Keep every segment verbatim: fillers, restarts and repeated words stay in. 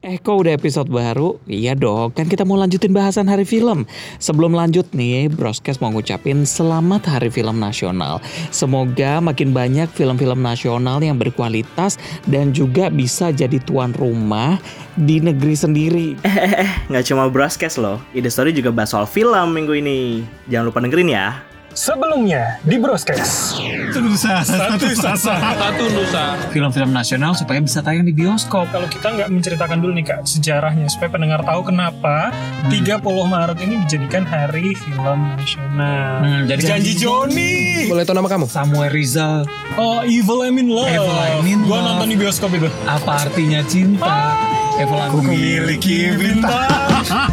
Eh kok udah episode baru? Iya dong, kan kita mau lanjutin bahasan Hari Film. Sebelum lanjut nih, Broadcast mau ngucapin selamat Hari Film Nasional. Semoga makin banyak film-film nasional yang berkualitas dan juga bisa jadi tuan rumah di negeri sendiri. Eh eh eh, nggak cuma Broadcast loh, Ide Story juga bahas soal film minggu ini. Jangan lupa dengerin ya. Sebelumnya di Broadcast. Satu Nusa, Satu Nusa. Satu Nusa. Film-film nasional supaya bisa tayang di bioskop. Kalau kita nggak menceritakan dulu nih Kak sejarahnya supaya pendengar tahu kenapa hmm. tiga puluh Maret ini dijadikan Hari Film Nasional. Hmm, jadi Janji Joni. Boleh tahu nama kamu? Samuel Rizal. Oh, Evil I'm in Love. Evil I'm in Gua Love. nonton di bioskop itu. Apa artinya cinta? Oh, Evil I'm memiliki bintang.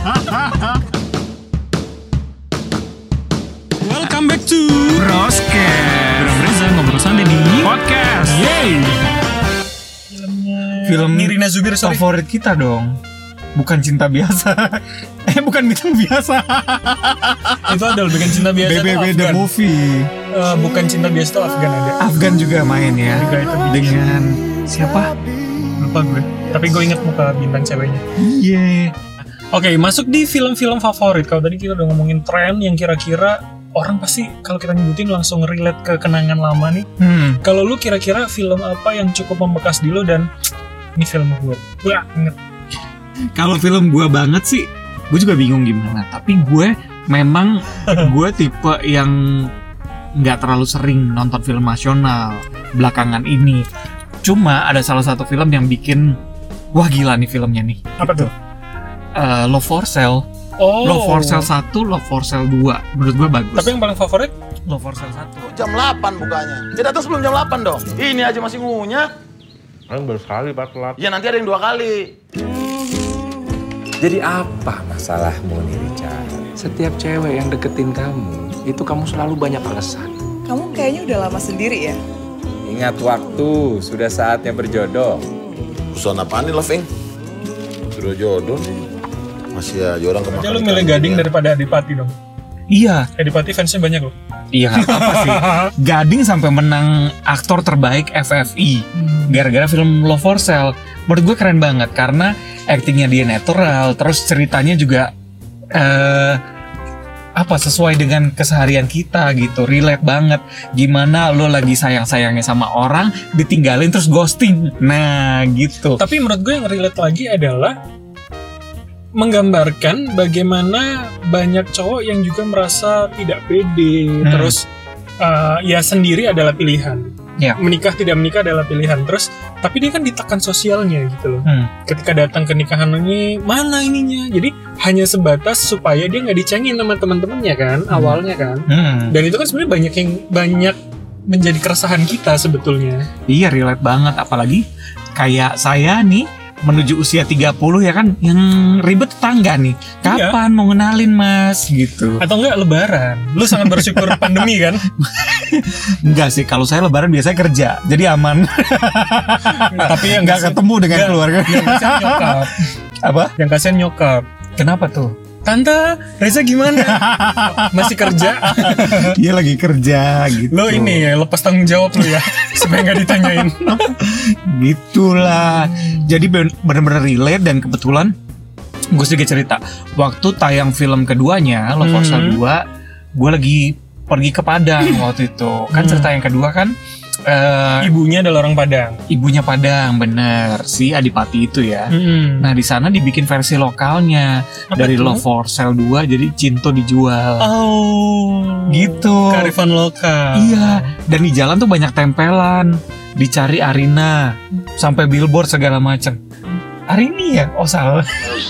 Welcome back to Broadcast. Bram Reza ngobrol santai di podcast. Yeay. Filmnya Film Nirina Zubir, sorry. favorit kita dong. Bukan cinta biasa. eh bukan bintang biasa. Itu adalah bukan cinta biasa. B B B The Movie. Uh, bukan cinta biasa itu Afgan ada. Afgan juga main ya. Juga itu dengan siapa? Lupa gue. Tapi gue inget muka bintang ceweknya. Iya. Yeah. Oke, okay, masuk di film-film favorit. Kalau tadi kita udah ngomongin tren yang kira-kira orang pasti kalau kita nyebutin langsung relate ke kenangan lama nih. Hmm. Kalau lu kira-kira film apa yang cukup membekas di lu dan ini film gue banget. Kalau film gue banget sih, gue juga bingung gimana. Tapi gue memang gue tipe yang nggak terlalu sering nonton film nasional belakangan ini. Cuma ada salah satu film yang bikin wah gila nih filmnya nih. Apa tuh? Uh, Love for Sale. Oh. Love for Sale satu, Love for Sale dua. Menurut gue bagus. Tapi yang paling favorit? Love for Sale satu. Jam delapan bukanya. Dia datang sebelum jam delapan dong. Ini aja masih ngunyah. Kan baru sekali Pak telat. Ya nanti ada yang dua kali. Jadi apa masalahmu nih Richard? Setiap cewek yang deketin kamu, itu kamu selalu banyak alasan. Kamu kayaknya udah lama sendiri ya? Ingat waktu, sudah saatnya berjodoh. Urusan apaan nih lo, Feng? Sudah jodoh nih. Masih aja orang kemakan. Aja lu milih Gading ya daripada Adipati dong. Iya. Adipati fansnya banyak loh. Iya gak apa sih. Gading sampai menang aktor terbaik F F I hmm. gara-gara film Love for Sale. Menurut gue keren banget karena aktingnya dia natural, terus ceritanya juga uh, apa sesuai dengan keseharian kita gitu, relate banget. Gimana lo lagi sayang-sayangnya sama orang, ditinggalin terus ghosting. Nah gitu. Tapi menurut gue yang relate lagi adalah menggambarkan bagaimana banyak cowok yang juga merasa tidak pede, hmm. terus uh, ya sendiri adalah pilihan, ya. Menikah tidak menikah adalah pilihan, terus tapi dia kan ditekan sosialnya gitu loh, hmm. ketika datang ke nikahan ini mana ininya, jadi hanya sebatas supaya dia nggak dicengin sama teman-temannya kan, hmm. awalnya kan, hmm. dan itu kan sebenarnya banyak yang banyak menjadi keresahan kita sebetulnya. Iya relate banget, apalagi kayak saya nih menuju usia tiga puluh ya kan, yang ribet tetangga nih. Kapan iya. mau ngenalin mas gitu. Atau enggak lebaran. Lu sangat bersyukur pandemi kan? Enggak sih, kalau saya lebaran biasanya kerja. Jadi aman. Tapi yang enggak ketemu dengan enggak, keluarga. Yang kasihan nyokap. Apa? Yang kasihan nyokap. Kenapa tuh? Tante, Reza gimana? Masih kerja? Dia lagi kerja gitu. Lo ini ya, lepas tanggung jawab lo ya. Supaya gak ditanyain. Gitulah. Jadi benar-benar relate dan kebetulan gue sedikit cerita. Waktu tayang film keduanya, Love for Sale dua, gue lagi pergi ke Padang waktu itu. Kan cerita yang kedua kan Uh, ibunya adalah orang Padang. Ibunya Padang, bener, si Adipati itu ya. Hmm. Nah di sana dibikin versi lokalnya. Apa dari itu? Love for Sale dua jadi Cinto dijual. Oh, gitu. Kearifan lokal. Iya. Dan di jalan tuh banyak tempelan. Dicari Arina, sampai billboard segala macam. Arini ya? Oh salah.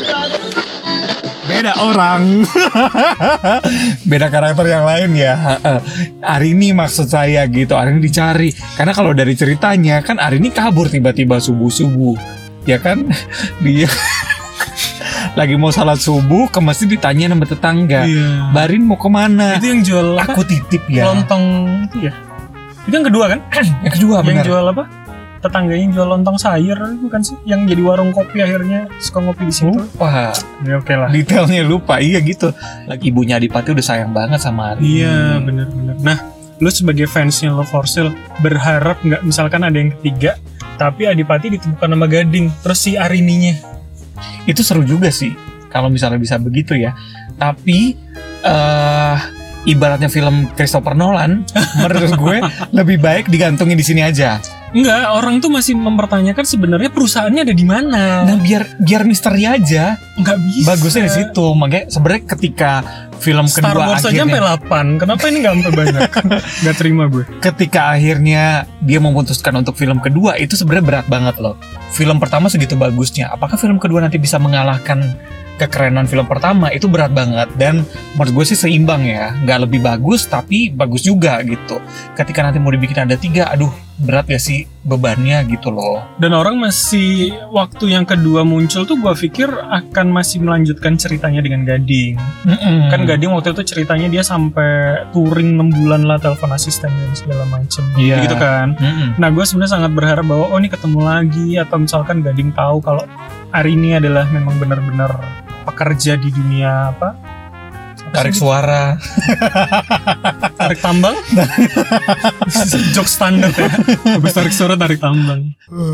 Beda orang. Beda karakter yang lain ya. Arini maksud saya gitu. Arini dicari. Karena kalau dari ceritanya kan Arini kabur tiba-tiba subuh-subuh. Ya kan? Dia lagi mau salat subuh ke masjid ditanya sama tetangga. Iya. Barin mau kemana? Itu yang jual apa? Aku titip ya. Lontong itu ya. Itu yang kedua kan? Yang kedua benar. Yang jual apa? Tetangganya jual lontong sayur bukan sih? Yang jadi warung kopi akhirnya suka ngopi di situ. Wah, ya oke okay lah. Detailnya lupa, iya gitu. Lagi ibunya Adipati udah sayang banget sama Arini. Iya, benar-benar. Nah, lu sebagai fansnya Love for Sale berharap nggak misalkan ada yang ketiga, tapi Adipati ditemukan nama Gading, terus si Arininya Itu seru juga sih kalau misalnya bisa begitu ya. Tapi uh, ibaratnya film Christopher Nolan, menurut gue lebih baik digantungin di sini aja. Enggak, orang tuh masih mempertanyakan sebenarnya perusahaannya ada di mana. Nah, biar biar misteri aja. Enggak bisa. Bagusnya di situ. Makanya sebenarnya ketika film Star kedua Wars aja akhirnya sampai delapan. Kenapa ini enggak sampai banyak? Enggak terima gue. ketika akhirnya dia memutuskan untuk film kedua, itu sebenarnya berat banget loh. Film pertama segitu bagusnya, apakah film kedua nanti bisa mengalahkan kekerenan film pertama? Itu berat banget. Dan menurut gue sih seimbang ya, nggak lebih bagus tapi bagus juga gitu. Ketika nanti mau dibikin ada tiga, aduh berat ya sih bebannya gitu loh. Dan orang masih, waktu yang kedua muncul tuh gue pikir akan masih melanjutkan ceritanya dengan Gading. Mm-mm. Kan Gading waktu itu ceritanya dia sampai touring enam bulan lah, telepon asisten dan segala macem. Iya. Gitu kan. Mm-mm. Nah gue sebenarnya sangat berharap bahwa oh ini ketemu lagi, atau misalkan Gading tahu kalau Arini adalah memang benar-benar pekerja di dunia apa? Tarik suara, Tarik tambang? Jok standar ya. Habis tarik suara tarik tambang.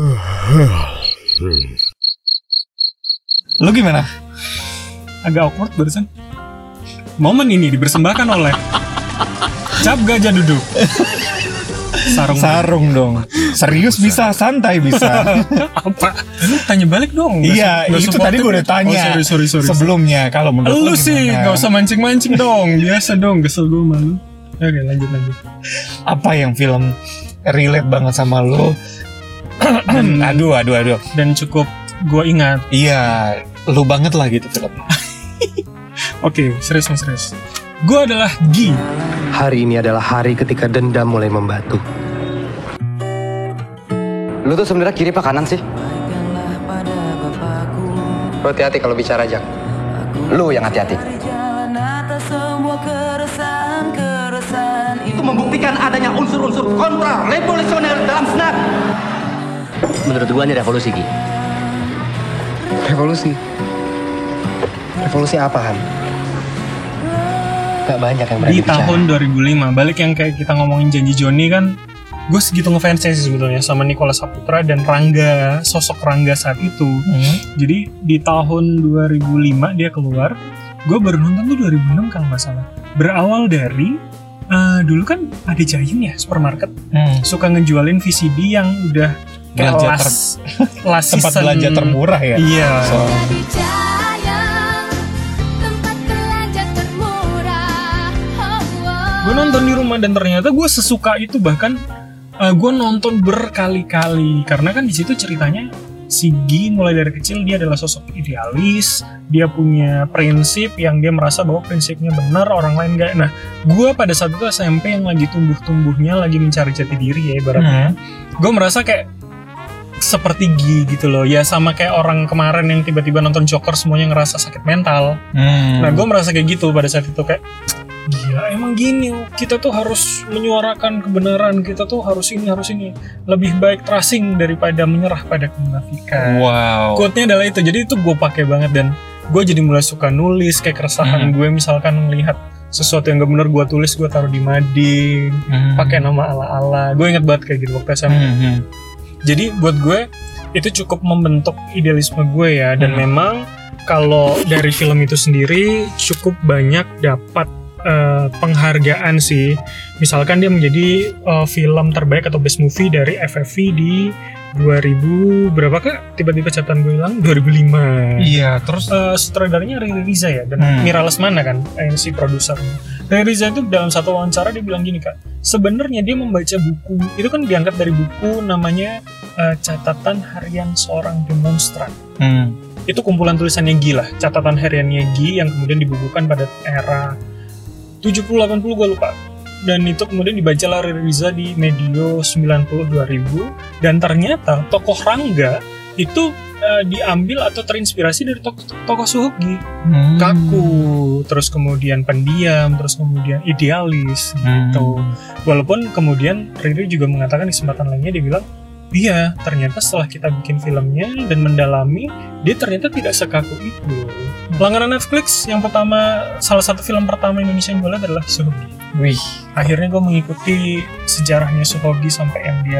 lu gimana? Agak awkward barusan. Momen ini dipersembahkan oleh Cap Gajah Duduk. Sarung. Sarung dong. Serius bisa, santai bisa. Apa? Lu tanya balik dong. Nggak Iya, su- nggak itu supportive tadi gue udah ya? tanya. Oh, sorry, sorry, sorry. Sebelumnya kalau menurut Lu sih gimana? nggak usah mancing-mancing dong. Biasa dong, kesel gue malu. Oke, lanjut lanjut. Apa yang film relate banget sama lu? aduh, aduh, aduh. Dan cukup gue ingat. Iya, lu banget lah gitu filmnya. Oke, serius nih serius. Gue adalah Gi. Hari ini adalah hari ketika dendam mulai membatu. Lu tuh sebenarnya kiri apa kanan sih? Lu hati-hati kalau bicara, Jak. Lu yang hati-hati. Itu membuktikan adanya unsur-unsur kontra revolusioner dalam senar. Menurut gua ini revolusi, Gi. Revolusi? Revolusi apa, Han? Gak banyak yang berani Di bicara. tahun dua ribu lima, balik yang kayak kita ngomongin Janji Joni kan, gue segitu ngefansnya sih sebetulnya sama Nicholas Saputra dan Rangga, sosok Rangga saat itu. Hmm. Jadi di tahun dua ribu lima dia keluar, gue baru nonton tuh dua ribu enam kalau nggak salah. Berawal dari uh, dulu kan ada Giant ya supermarket, Hmm. suka ngejualin V C D yang udah kayak Belanja last, last Tempat season. belanja termurah ya. Iya. So, Gue nonton di rumah dan ternyata gue sesuka itu, bahkan uh, gue nonton berkali-kali karena kan di situ ceritanya si Gi mulai dari kecil dia adalah sosok idealis, dia punya prinsip yang dia merasa bahwa prinsipnya benar, orang lain enggak. Nah, gue pada saat itu S M P yang lagi tumbuh-tumbuhnya, lagi mencari jati diri ya ibaratnya. Gue merasa kayak seperti Gi gitu loh, ya sama kayak orang kemarin yang tiba-tiba nonton Joker semuanya ngerasa sakit mental. hmm. Nah, gue merasa kayak gitu pada saat itu, kayak gila emang gini, kita tuh harus menyuarakan kebenaran, kita tuh harus ini, harus ini, lebih baik tracing daripada menyerah pada kemunafikan. Wow. Quote-nya adalah itu, jadi itu gue pakai banget dan gue jadi mulai suka nulis, kayak keresahan Hmm. gue misalkan melihat sesuatu yang gak benar gue tulis, gue taruh di mading, Hmm. pakai nama ala-ala. Gue inget banget kayak gitu waktu S M P. Hmm, hmm. Jadi buat gue itu cukup membentuk idealisme gue ya, dan Hmm. memang kalau dari film itu sendiri cukup banyak dapat uh, penghargaan sih. Misalkan dia menjadi uh, film terbaik atau best movie dari F F I di dua ribu berapa kak? Tiba-tiba catatan gue hilang dua ribu lima. Iya, terus Uh, sutradaranya Riri Riza ya, dan Hmm. Mira Lesmana kan yang si produsernya. Riri Riza itu dalam satu wawancara dia bilang gini kak, sebenarnya dia membaca buku itu kan diangkat dari buku namanya uh, Catatan Harian Seorang Demonstran. hmm. Itu kumpulan tulisannya Gi lah, catatan hariannya Gi yang kemudian dibukukan pada era tujuh puluh delapan puluh gue lupa. Dan itu kemudian dibaca lah Riri Riza di medio sembilan puluh dua ribu, dan ternyata tokoh Rangga itu uh, diambil atau terinspirasi dari tokoh, tokoh Suhogi. Hmm. Kaku, terus kemudian pendiam, terus kemudian idealis gitu. Hmm. Walaupun kemudian Riri juga mengatakan di kesempatan lainnya, dia bilang, iya ternyata setelah kita bikin filmnya dan mendalami, dia ternyata tidak sekaku itu. Langganan Netflix yang pertama, salah satu film pertama Indonesia yang gue lihat adalah Suhogi. Wih. Akhirnya gue mengikuti sejarahnya Suhogi sampai yang dia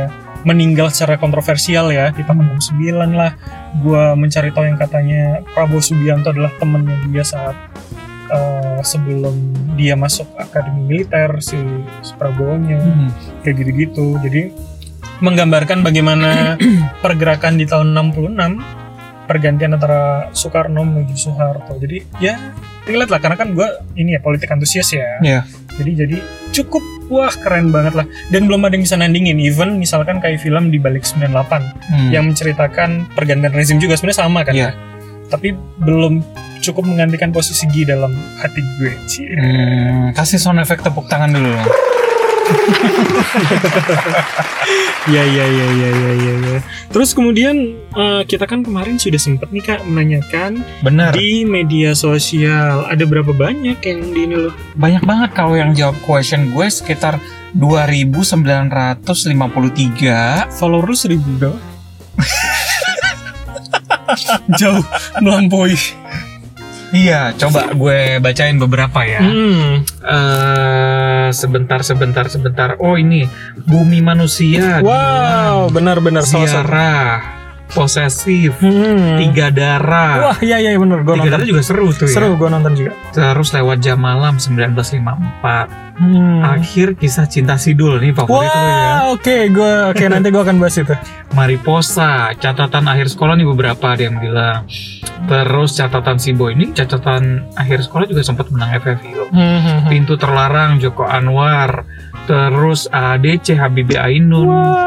meninggal secara kontroversial ya di tahun enam puluh sembilan lah. Gue mencari tahu yang katanya Prabowo Subianto adalah temennya dia saat uh, sebelum dia masuk akademi militer, si, si Prabowo-nya hmm. kayak gitu-gitu. Jadi menggambarkan bagaimana pergerakan di tahun enam puluh enam, pergantian antara Soekarno menuju Soeharto. Jadi ya relate lah, karena kan gue ini ya politik antusias ya. Yeah. Jadi jadi cukup wah keren banget lah. Dan belum ada yang bisa nandingin. Even misalkan kayak film di balik sembilan puluh delapan hmm. yang menceritakan pergantian rezim juga sebenarnya sama kan. Yeah. Tapi belum cukup menggantikan posisi Gi dalam hati gue. Hmm, kasih sound effect tepuk tangan dulu. Ya ya ya ya ya ya ya. Terus kemudian uh, kita kan kemarin sudah sempat nih Kak menanyakan Benar. di media sosial ada berapa banyak yang di ini loh. Banyak banget kalau yang jawab question gue sekitar dua ribu sembilan ratus lima puluh tiga. Follower lu seribu dong. Jauh melampaui. Iya, coba gue bacain beberapa ya. Hmm. Uh, sebentar, sebentar, sebentar. Oh ini, Bumi Manusia. Wow, benar-benar Ziarah, Posesif, hmm. Tiga Darah. Wah, iya iya benar. Gue Tiga nonton. Darah juga seru tuh ya. Seru, gue nonton juga. Terus Lewat Jam Malam sembilan belas lima puluh empat. Hmm. Akhir Kisah Cinta Sidul nih favorit Wah, lo ya. Oke, okay, gue oke okay, nanti gue akan bahas itu. Mariposa, Catatan Akhir Sekolah nih beberapa ada yang bilang. Terus Catatan Si Boy ini catatan akhir sekolah juga sempat menang F F I loh. Hmm. Pintu Terlarang Joko Anwar. Terus A D C Habibie Ainun.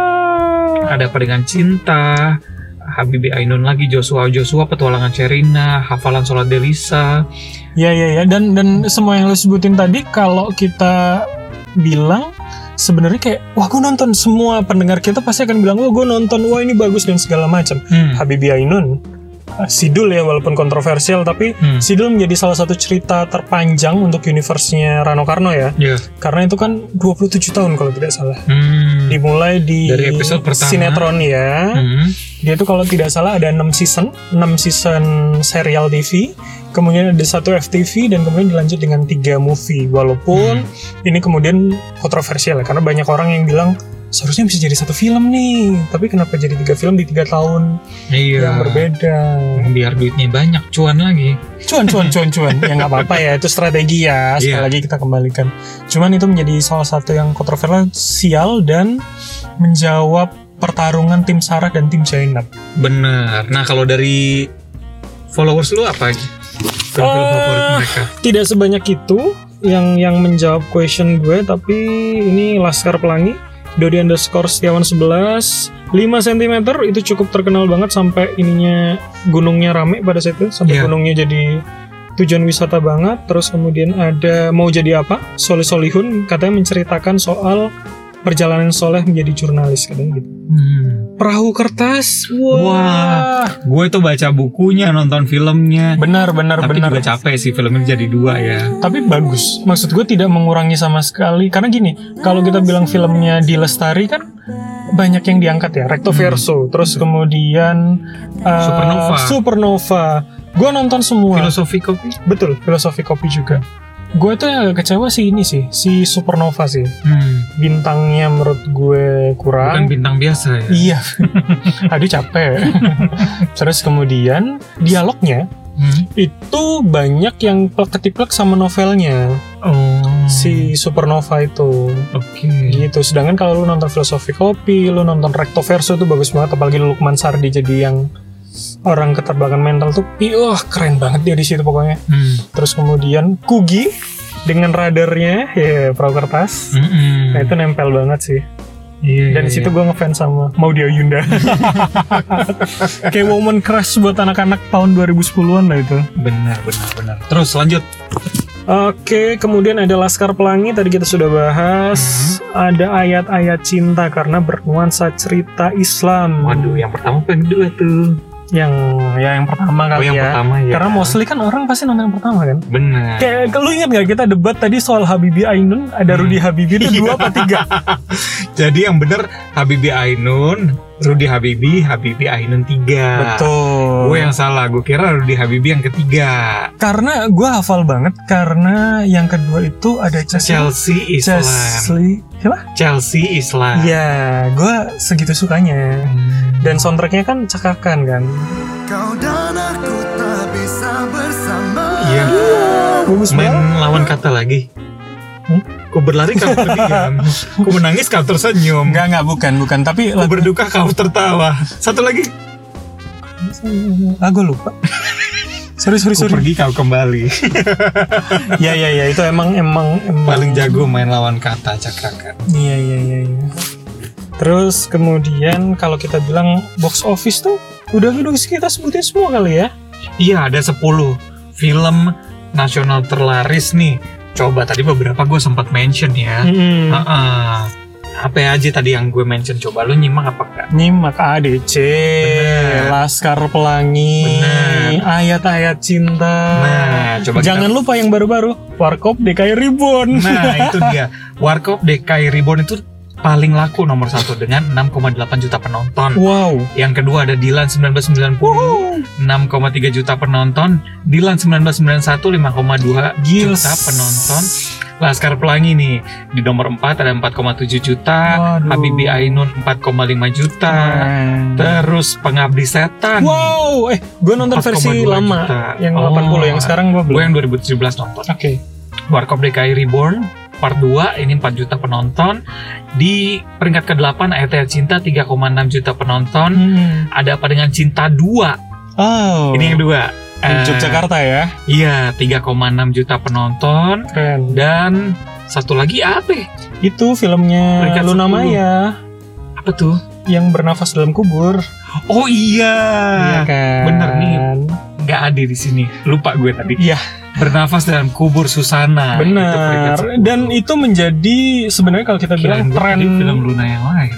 Wow. Ada Apa Dengan Cinta, Habibie Ainun lagi, Joshua Joshua Petualangan Sherina, Hafalan Sholat Delisa. Ya ya ya, dan dan semua yang lo sebutin tadi kalau kita bilang sebenarnya kayak wah gue nonton, semua pendengar kita pasti akan bilang wah gue nonton, wah ini bagus dan segala macam. hmm. Habibie Ainun, Sidul ya walaupun kontroversial, tapi hmm. Sidul menjadi salah satu cerita terpanjang untuk universe-nya Rano Karno ya. Yeah. Karena itu kan dua puluh tujuh tahun kalau tidak salah. Hmm. Dimulai di dari episode pertama sinetron ya. Hmm. Dia tuh kalau tidak salah ada enam season, enam season serial T V. Kemudian ada satu F T V dan kemudian dilanjut dengan tiga movie. Walaupun hmm. ini kemudian kontroversial ya, karena banyak orang yang bilang seharusnya bisa jadi satu film nih, tapi kenapa jadi tiga film di tiga tahun iya. yang berbeda? Biar duitnya banyak, cuan lagi. Cuan, cuan, cuan, cuan. Ya nggak apa-apa ya, itu strategi ya. Sekali yeah. lagi kita kembalikan. Cuman itu menjadi salah satu yang kontroversial dan menjawab pertarungan tim Sarah dan tim Zainab. Bener. Nah kalau dari followers lu apa aja? Film-film uh, favorit mereka? Tidak sebanyak itu yang yang menjawab question gue, tapi ini Laskar Pelangi. Dodi underscore Setiawan sebelas, lima sentimeter itu cukup terkenal banget sampai ininya gunungnya rame pada saat itu, sampai yeah. gunungnya jadi tujuan wisata banget. Terus kemudian ada Mau Jadi Apa, Soleh Solihun, katanya menceritakan soal perjalanan Soleh menjadi jurnalis katanya gitu. Hmm. Perahu Kertas, wah. wah, gue tuh baca bukunya, nonton filmnya. Benar, benar, Tapi benar. Tapi juga capek sih filmnya jadi dua ya. Tapi bagus, maksud gue tidak mengurangi sama sekali. Karena gini, kalau kita bilang filmnya di Lestari kan banyak yang diangkat ya, Recto Verso, hmm. terus kemudian uh, Supernova. Supernova. Gue nonton semua. Filosofi Kopi. Betul, Filosofi Kopi juga. Gue tuh yang agak kecewa sih ini sih, si Supernova sih. Hmm. Bintangnya menurut gue kurang. Bukan bintang biasa ya? Iya. Aduh capek. Terus kemudian dialognya hmm. itu banyak yang plek-ketiplek sama novelnya. Oh. Si Supernova itu. Oke. Okay. Gitu. Sedangkan kalau lu nonton Filosofi Kopi, lu nonton Recto Verso itu bagus banget. Apalagi Lukman Sardi jadi yang orang keterbelakangan mental tuh, wah keren banget dia di situ pokoknya. Hmm. Terus kemudian Kugi dengan radarnya, ya Perahu Kertas, mm-hmm. nah itu nempel banget sih. Yeah, Dan di situ yeah. gue ngefans sama Maudy Ayunda. Kayak woman crush buat anak-anak tahun dua ribu sepuluhan lah itu. Benar, benar, benar. Terus lanjut. Oke, kemudian ada Laskar Pelangi, tadi kita sudah bahas. Mm-hmm. Ada ayat-ayat cinta karena bernuansa cerita Islam. Waduh, yang pertama apa yang kedua tuh? Yang ya yang pertama kali oh, yang ya. Pertama, ya. Karena mostly kan orang pasti nonton yang pertama kan. Benar. Kayak lu ingat nggak kita debat tadi soal Habibie Ainun, ada hmm. Rudy Habibie itu dua apa tiga? Jadi yang bener Habibie Ainun, Rudy Habibie, Habibie Ainun tiga. Betul. Gue yang salah, gue kira Rudy Habibie yang ketiga. Karena gue hafal banget, karena yang kedua itu ada Chelsea Islam. Chelsea, siapa? Chelsea Islam. Iya, gue segitu sukanya. Hmm. Dan soundtracknya kan cakakan kan. Kau dan aku tak bisa bersama. Iya. Bagus Main banget. lawan kata lagi. Hmm? Kau berlari kau terdiam. Kau menangis kau tersenyum. Enggak, enggak, bukan, bukan. Tapi Kau berduka kau tertawa. Satu lagi. Ah, gue lupa. sorry, sorry, Kau sorry. pergi kau kembali. Ya, ya, ya. Itu emang, emang, emang. Paling jago main lawan kata cakakan. Iya, iya, iya, iya. Terus kemudian kalau kita bilang box office tuh udah udah kita sebutin semua kali ya. Iya, ada sepuluh film nasional terlaris nih. Coba tadi beberapa gue sempat mention ya. Hmm. Uh-uh. Apa aja tadi yang gue mention? Coba lu nyimak apa enggak? Nyimak A D C, Bener. Laskar Pelangi, Bener. Ayat-ayat Cinta. Nah, coba Jangan kita... lupa yang baru-baru, Warkop D K I Reborn. Nah, itu dia. Warkop D K I Reborn itu paling laku nomor satu dengan enam koma delapan juta penonton. Wow. Yang kedua ada Dilan seribu sembilan ratus sembilan puluh, enam koma tiga juta penonton. Dilan seribu sembilan ratus sembilan puluh satu, lima koma dua juta penonton. Laskar Pelangi nih di nomor empat ada empat koma tujuh juta. Waduh. Habibie Ainun empat koma lima juta. Hmm. Terus Pengabdi Setan. Wow, eh gue nonton empat koma versi dua lama juta. yang Oh, delapan puluh, yang sekarang gue Gue belum. yang dua ribu tujuh belas nonton. Oke. Okay. Warkop D K I Reborn part dua ini empat juta penonton. Di peringkat kedelapan Ayat-Ayat Cinta tiga koma enam juta penonton. Hmm. Ada apa dengan Cinta dua? Oh. Ini yang dua. Di Eh, Yogyakarta ya. Iya, tiga koma enam juta penonton. Keren. Dan satu lagi apa? Itu filmnya Peringkat Luna sepuluh. Maya Apa tuh? yang bernafas dalam kubur. Oh iya. Iya kan. Bener nih. Nggak ada di sini. Lupa gue tadi. Iya. Bernafas dalam kubur Susana. Itu peringkat Benar. sepuluh. Dan itu menjadi sebenarnya kalau kita bilang Kirain gue tren tadi film Luna yang lain.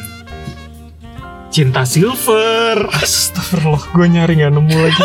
Cinta Silver. Astagfirullah, gue nyari nggak nemu lagi.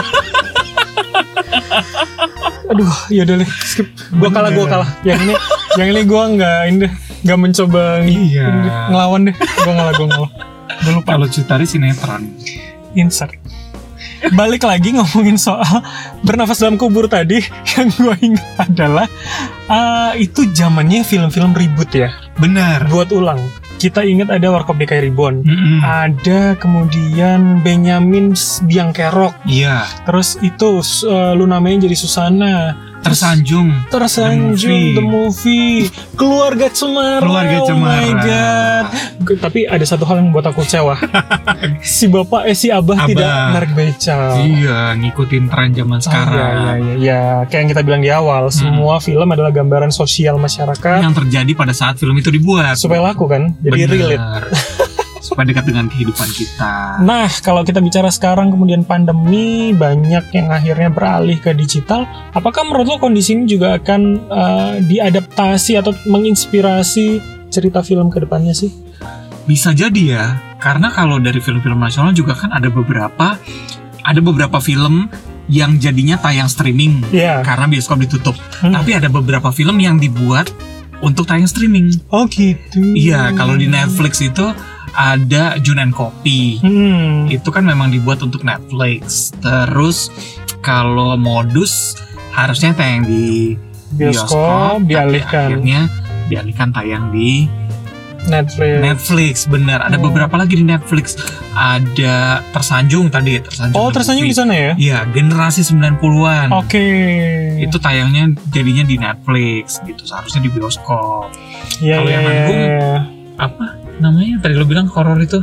Aduh, yaudah deh, skip. Gue kalah, gue kalah. Yang ini, yang ini gue nggak ini deh, nggak mencoba Iya. ini deh, ngelawan deh. Gue ngalah, gue ngalah. Gue lupa. Kalau Cutari sinetron. Insert. Balik lagi ngomongin soal bernafas dalam kubur tadi, yang gue ingat adalah uh, itu zamannya film-film reboot ya. Benar. Buat ulang. Kita ingat ada Warkop D K I Reborn. Mm-mm. Ada kemudian Benyamin Biang Kerok. Iya. Terus itu uh, Luna Maya jadi Susana. Tersanjung. Tersanjung, The The Movie, Keluarga Cemara. Keluarga Oh my Cemara. god. G- Tapi ada satu hal yang buat aku kecewa. Si bapak eh si abah, Abah. tidak narik beca. Iya, ngikutin tren zaman sekarang. Ah, ya, ya, ya. Kayak yang kita bilang di awal, semua film adalah gambaran sosial masyarakat Yang terjadi pada saat film itu dibuat. supaya laku kan, jadi Benar. relate. Supaya dekat dengan kehidupan kita. Nah, kalau kita bicara sekarang kemudian pandemi, banyak yang akhirnya beralih ke digital. Apakah menurut lo kondisi ini juga akan uh, diadaptasi atau menginspirasi cerita film ke depannya sih? Bisa jadi ya, karena kalau dari film-film nasional juga kan ada beberapa ada beberapa film yang jadinya tayang streaming Iya. karena bioskop ditutup. Hmm. Tapi ada beberapa film yang dibuat untuk tayang streaming. Oh gitu. Iya, kalau di Netflix itu ada Jun and Copy. Hmm. Itu kan memang dibuat untuk Netflix. Terus kalau Modus harusnya tayang di Bioskop, bioskop, tapi dialihkan. akhirnya dialihkan tayang di Netflix. Netflix. Benar. Ada Oh. beberapa lagi di Netflix. Ada Tersanjung tadi, Tersanjung. Oh, The tersanjung di Movie. sana ya? Iya, generasi sembilan puluhan. Oke. Itu tayangnya jadinya di Netflix gitu. Seharusnya di bioskop. Iya, kalau iya, yang iya, nanggung, iya. Apa namanya? Tadi lo bilang horor itu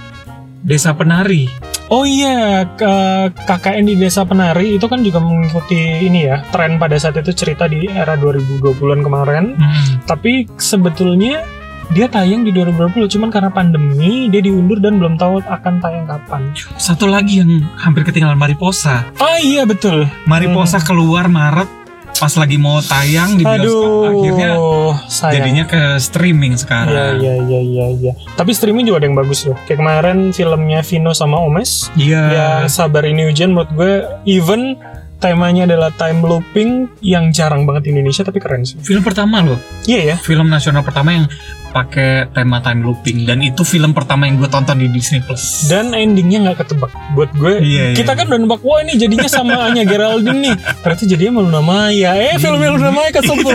Desa Penari. Oh iya, ke- K K N di Desa Penari itu kan juga mengikuti ini ya, tren pada saat itu cerita di era dua ribu dua puluhan kemarin. Hmm. Tapi sebetulnya dia tayang di dua ribu dua puluh, cuman karena pandemi dia diundur dan belum tahu akan tayang kapan. Satu lagi yang hampir ketinggalan, Mariposa. Oh iya betul. Mariposa Hmm. keluar Maret pas lagi mau tayang di bioskop. Aduh, Akhirnya sayang. jadinya ke streaming sekarang. Iya iya iya iya iya. Tapi streaming juga ada yang bagus loh. Kayak kemarin filmnya Vino sama Omes. Iya. Yang Sabar Ini Hujan, menurut gue even temanya adalah time looping yang jarang banget di Indonesia tapi keren sih. Film pertama loh. Iya ya. Film nasional pertama yang pakai tema time looping, dan itu film pertama yang gue tonton di Disney Plus. Dan endingnya nggak ketebak buat gue. Iya, Kita iya. kan udah nebak, wah ini jadinya sama Anya Geraldine nih. Ternyata jadinya sama Luna Maya. Eh filmnya Luna Maya kesebut.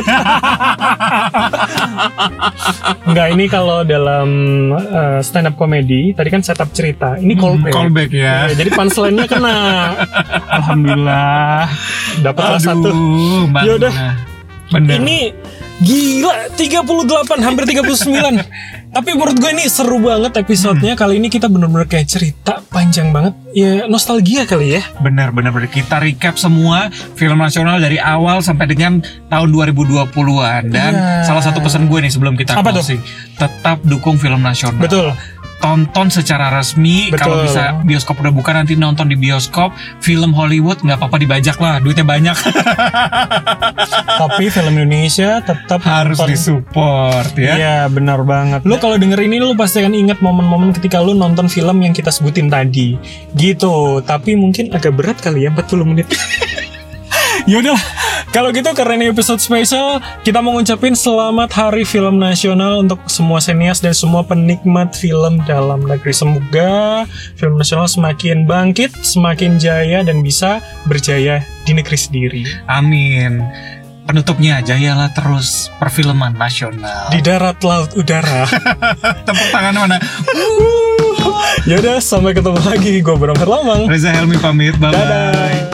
Enggak, ini kalau dalam uh, stand up comedy tadi kan setup cerita, ini callback. Hmm, callback ya. Ya, jadi punchline-nya kena. Alhamdulillah dapatlah satu. Bang. Yaudah. Bener. Ini gila tiga puluh delapan hampir tiga puluh sembilan. Tapi menurut gue ini seru banget episodenya. Kali ini kita bener-bener kayak cerita panjang banget. Ya nostalgia kali ya. Bener, bener, bener. Kita recap semua film nasional dari awal sampai dengan tahun dua ribu dua puluhan. Dan Iya. salah satu pesan gue nih sebelum kita Apa tuh? closing, tetap dukung film nasional. Betul. Tonton secara resmi. Betul. Kalau bisa bioskop udah buka, nanti nonton di bioskop. Film Hollywood nggak apa-apa dibajak lah, duitnya banyak. Tapi film Indonesia tetap Harus nonton. disupport ya. Iya benar banget. Lu kalau denger ini lu pasti akan ingat momen-momen ketika lu nonton film yang kita sebutin tadi. Gitu. Tapi mungkin agak berat kali ya empat puluh menit. Yaudah, kalau gitu karena ini episode spesial, kita mau ngucapin selamat Hari Film Nasional untuk semua senias dan semua penikmat film dalam negeri. Semoga film nasional semakin bangkit, semakin jaya, dan bisa berjaya di negeri sendiri. Amin. Penutupnya, jayalah terus perfilman nasional. Di darat, laut, udara. Tepuk tangan mana? Yaudah, sampai ketemu lagi. Gue Bram Herlambang. Reza Helmi pamit. Bye-bye. Dadah.